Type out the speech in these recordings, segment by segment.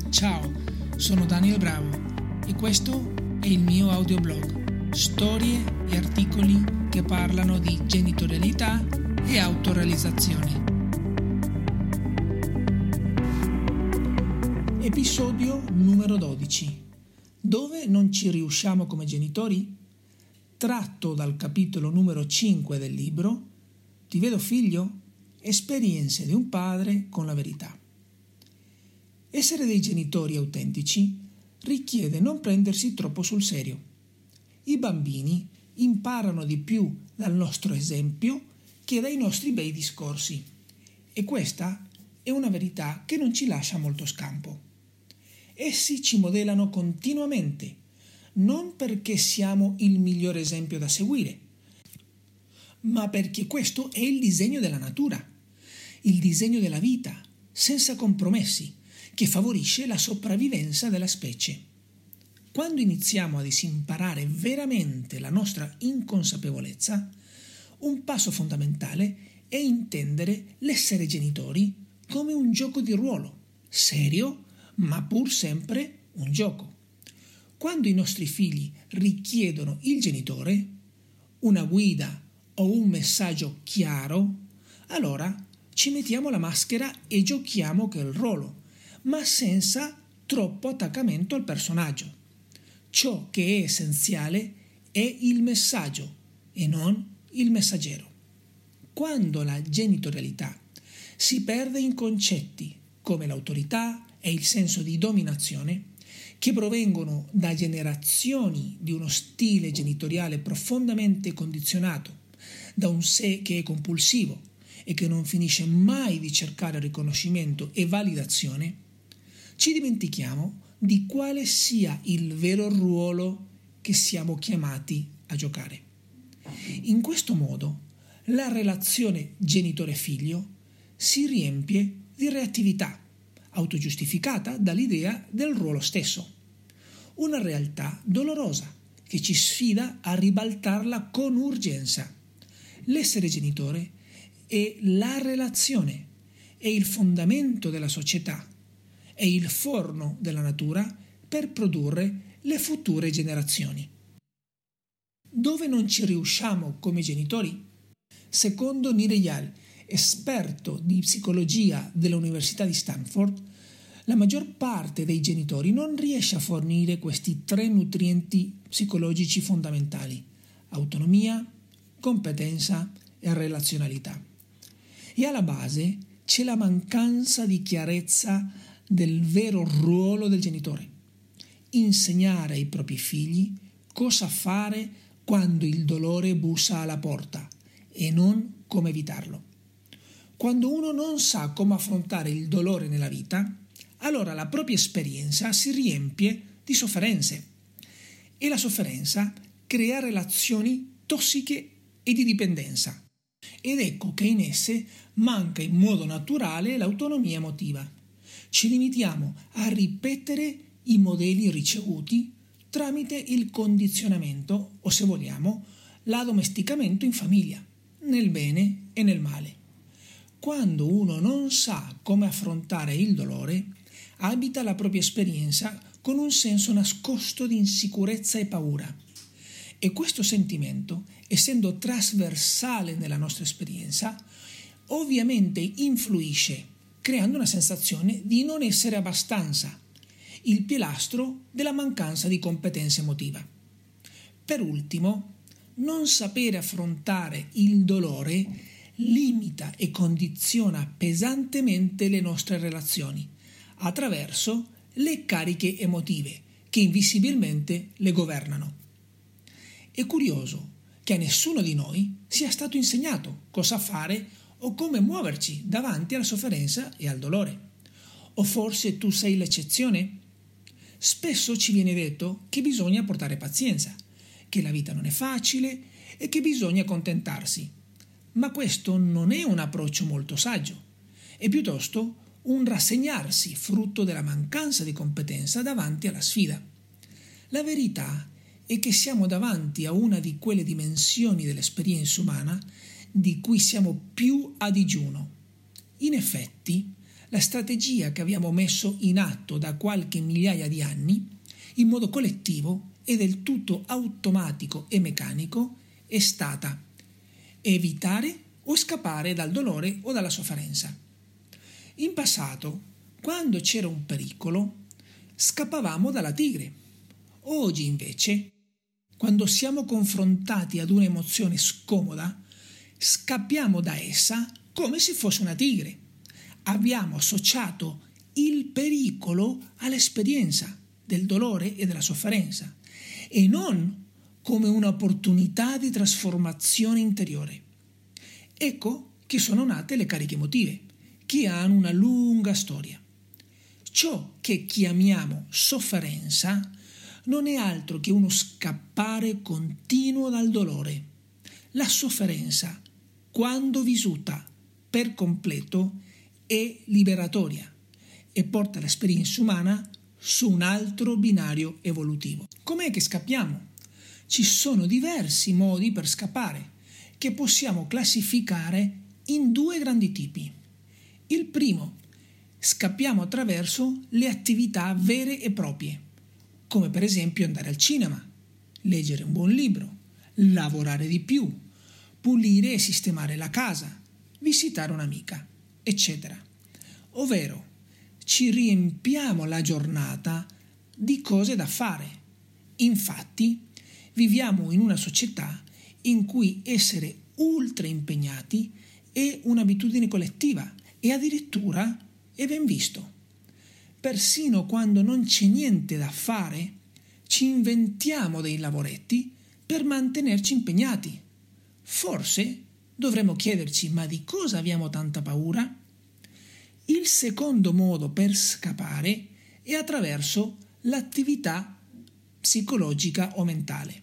Ciao, sono Daniel Bravo e questo è il mio audioblog, storie e articoli che parlano di genitorialità e autorealizzazione. Episodio numero 12. Dove non ci riusciamo come genitori? Tratto dal capitolo numero 5 del libro Ti vedo figlio? Esperienze di un padre con la verità. Essere dei genitori autentici richiede non prendersi troppo sul serio. I bambini imparano di più dal nostro esempio che dai nostri bei discorsi e questa è una verità che non ci lascia molto scampo. Essi ci modellano continuamente, non perché siamo il miglior esempio da seguire, ma perché questo è il disegno della natura, il disegno della vita, senza compromessi, che favorisce la sopravvivenza della specie. Quando iniziamo a disimparare veramente la nostra inconsapevolezza, un passo fondamentale è intendere l'essere genitori come un gioco di ruolo, serio, ma pur sempre un gioco. Quando i nostri figli richiedono il genitore, una guida o un messaggio chiaro, allora ci mettiamo la maschera e giochiamo quel ruolo, ma senza troppo attaccamento al personaggio. Ciò che è essenziale è il messaggio e non il messaggero. Quando la genitorialità si perde in concetti come l'autorità e il senso di dominazione, che provengono da generazioni di uno stile genitoriale profondamente condizionato, da un sé che è compulsivo e che non finisce mai di cercare riconoscimento e validazione, ci dimentichiamo di quale sia il vero ruolo che siamo chiamati a giocare. In questo modo, la relazione genitore-figlio si riempie di reattività, autogiustificata dall'idea del ruolo stesso. Una realtà dolorosa che ci sfida a ribaltarla con urgenza. L'essere genitore è la relazione, è il fondamento della società, è il forno della natura per produrre le future generazioni. Dove non ci riusciamo come genitori? Secondo Nireyal, esperto di psicologia dell'Università di Stanford, la maggior parte dei genitori non riesce a fornire questi 3 nutrienti psicologici fondamentali: autonomia, competenza e relazionalità. E alla base c'è la mancanza di chiarezza del vero ruolo del genitore. Insegnare ai propri figli cosa fare quando il dolore bussa alla porta e non come evitarlo. Quando uno non sa come affrontare il dolore nella vita, allora la propria esperienza si riempie di sofferenze e la sofferenza crea relazioni tossiche e di dipendenza. Ed ecco che in esse manca in modo naturale l'autonomia emotiva. Ci limitiamo a ripetere i modelli ricevuti tramite il condizionamento o, se vogliamo, l'addomesticamento in famiglia, nel bene e nel male. Quando uno non sa come affrontare il dolore, abita la propria esperienza con un senso nascosto di insicurezza e paura. E questo sentimento, essendo trasversale nella nostra esperienza, ovviamente influisce, creando una sensazione di non essere abbastanza, il pilastro della mancanza di competenza emotiva. Per ultimo, non sapere affrontare il dolore limita e condiziona pesantemente le nostre relazioni attraverso le cariche emotive che invisibilmente le governano. È curioso che a nessuno di noi sia stato insegnato cosa fare o come muoverci davanti alla sofferenza e al dolore. O forse tu sei l'eccezione? Spesso ci viene detto che bisogna portare pazienza, che la vita non è facile e che bisogna accontentarsi. Ma questo non è un approccio molto saggio, è piuttosto un rassegnarsi frutto della mancanza di competenza davanti alla sfida. La verità è che siamo davanti a una di quelle dimensioni dell'esperienza umana di cui siamo più a digiuno. In effetti, la strategia che abbiamo messo in atto da qualche migliaia di anni, in modo collettivo e del tutto automatico e meccanico, è stata evitare o scappare dal dolore o dalla sofferenza. In passato, quando c'era un pericolo, scappavamo dalla tigre. Oggi, invece, quando siamo confrontati ad un'emozione scomoda, scappiamo da essa come se fosse una tigre. Abbiamo associato il pericolo all'esperienza del dolore e della sofferenza e non come un'opportunità di trasformazione interiore. Ecco che sono nate le cariche emotive, che hanno una lunga storia. Ciò che chiamiamo sofferenza non è altro che uno scappare continuo dal dolore. La sofferenza, quando vissuta per completo, è liberatoria e porta l'esperienza umana su un altro binario evolutivo. Com'è che scappiamo? Ci sono diversi modi per scappare, che possiamo classificare in due grandi tipi. Il primo, scappiamo attraverso le attività vere e proprie, come per esempio andare al cinema, leggere un buon libro, lavorare di più, pulire e sistemare la casa, visitare un'amica, eccetera. Ovvero, ci riempiamo la giornata di cose da fare. Infatti, viviamo in una società in cui essere ultra impegnati è un'abitudine collettiva e addirittura è ben visto. Persino quando non c'è niente da fare, ci inventiamo dei lavoretti per mantenerci impegnati. Forse dovremmo chiederci: ma di cosa abbiamo tanta paura? Il secondo modo per scappare è attraverso l'attività psicologica o mentale.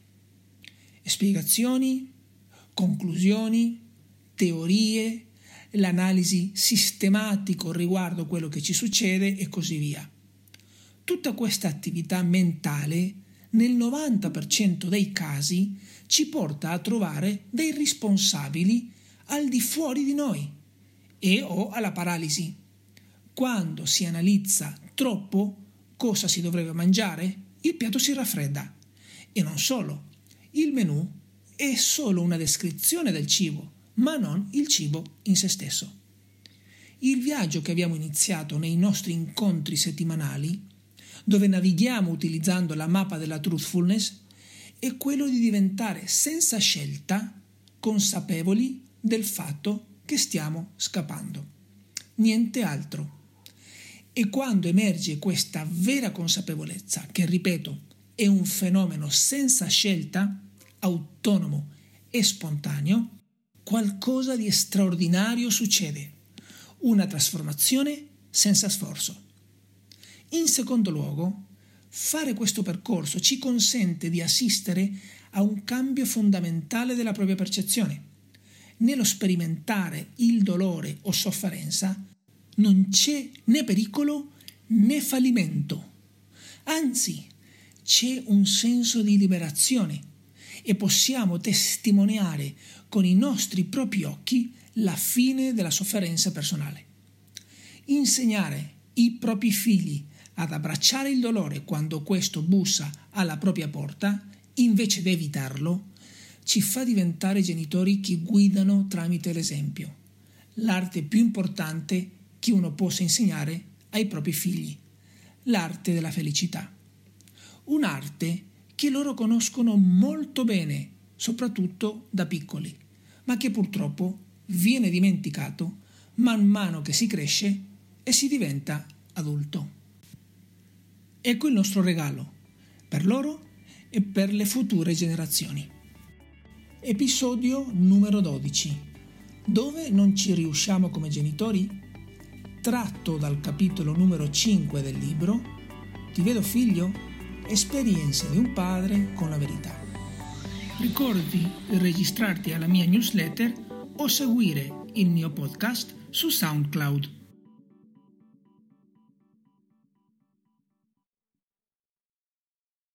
Spiegazioni, conclusioni, teorie, l'analisi sistematico riguardo quello che ci succede e così via. Tutta questa attività mentale, nel 90% dei casi, ci porta a trovare dei responsabili al di fuori di noi o alla paralisi. Quando si analizza troppo cosa si dovrebbe mangiare, il piatto si raffredda. E non solo, il menù è solo una descrizione del cibo, ma non il cibo in se stesso. Il viaggio che abbiamo iniziato nei nostri incontri settimanali, dove navighiamo utilizzando la mappa della truthfulness, è quello di diventare senza scelta consapevoli del fatto che stiamo scappando. Niente altro. E quando emerge questa vera consapevolezza, che ripeto, è un fenomeno senza scelta, autonomo e spontaneo, qualcosa di straordinario succede, una trasformazione senza sforzo. In secondo luogo, fare questo percorso ci consente di assistere a un cambio fondamentale della propria percezione. Nello sperimentare il dolore o sofferenza non c'è né pericolo né fallimento, anzi c'è un senso di liberazione e possiamo testimoniare con i nostri propri occhi la fine della sofferenza personale. Insegnare i propri figli ad abbracciare il dolore quando questo bussa alla propria porta, invece di evitarlo, ci fa diventare genitori che guidano tramite l'esempio, l'arte più importante che uno possa insegnare ai propri figli, l'arte della felicità. Un'arte che loro conoscono molto bene, soprattutto da piccoli, ma che purtroppo viene dimenticato man mano che si cresce e si diventa adulto. Ecco il nostro regalo per loro e per le future generazioni. Episodio numero 12. Dove non ci riusciamo come genitori? Tratto dal capitolo numero 5 del libro Ti vedo figlio? Esperienze di un padre con la verità. Ricordi di registrarti alla mia newsletter o seguire il mio podcast su SoundCloud.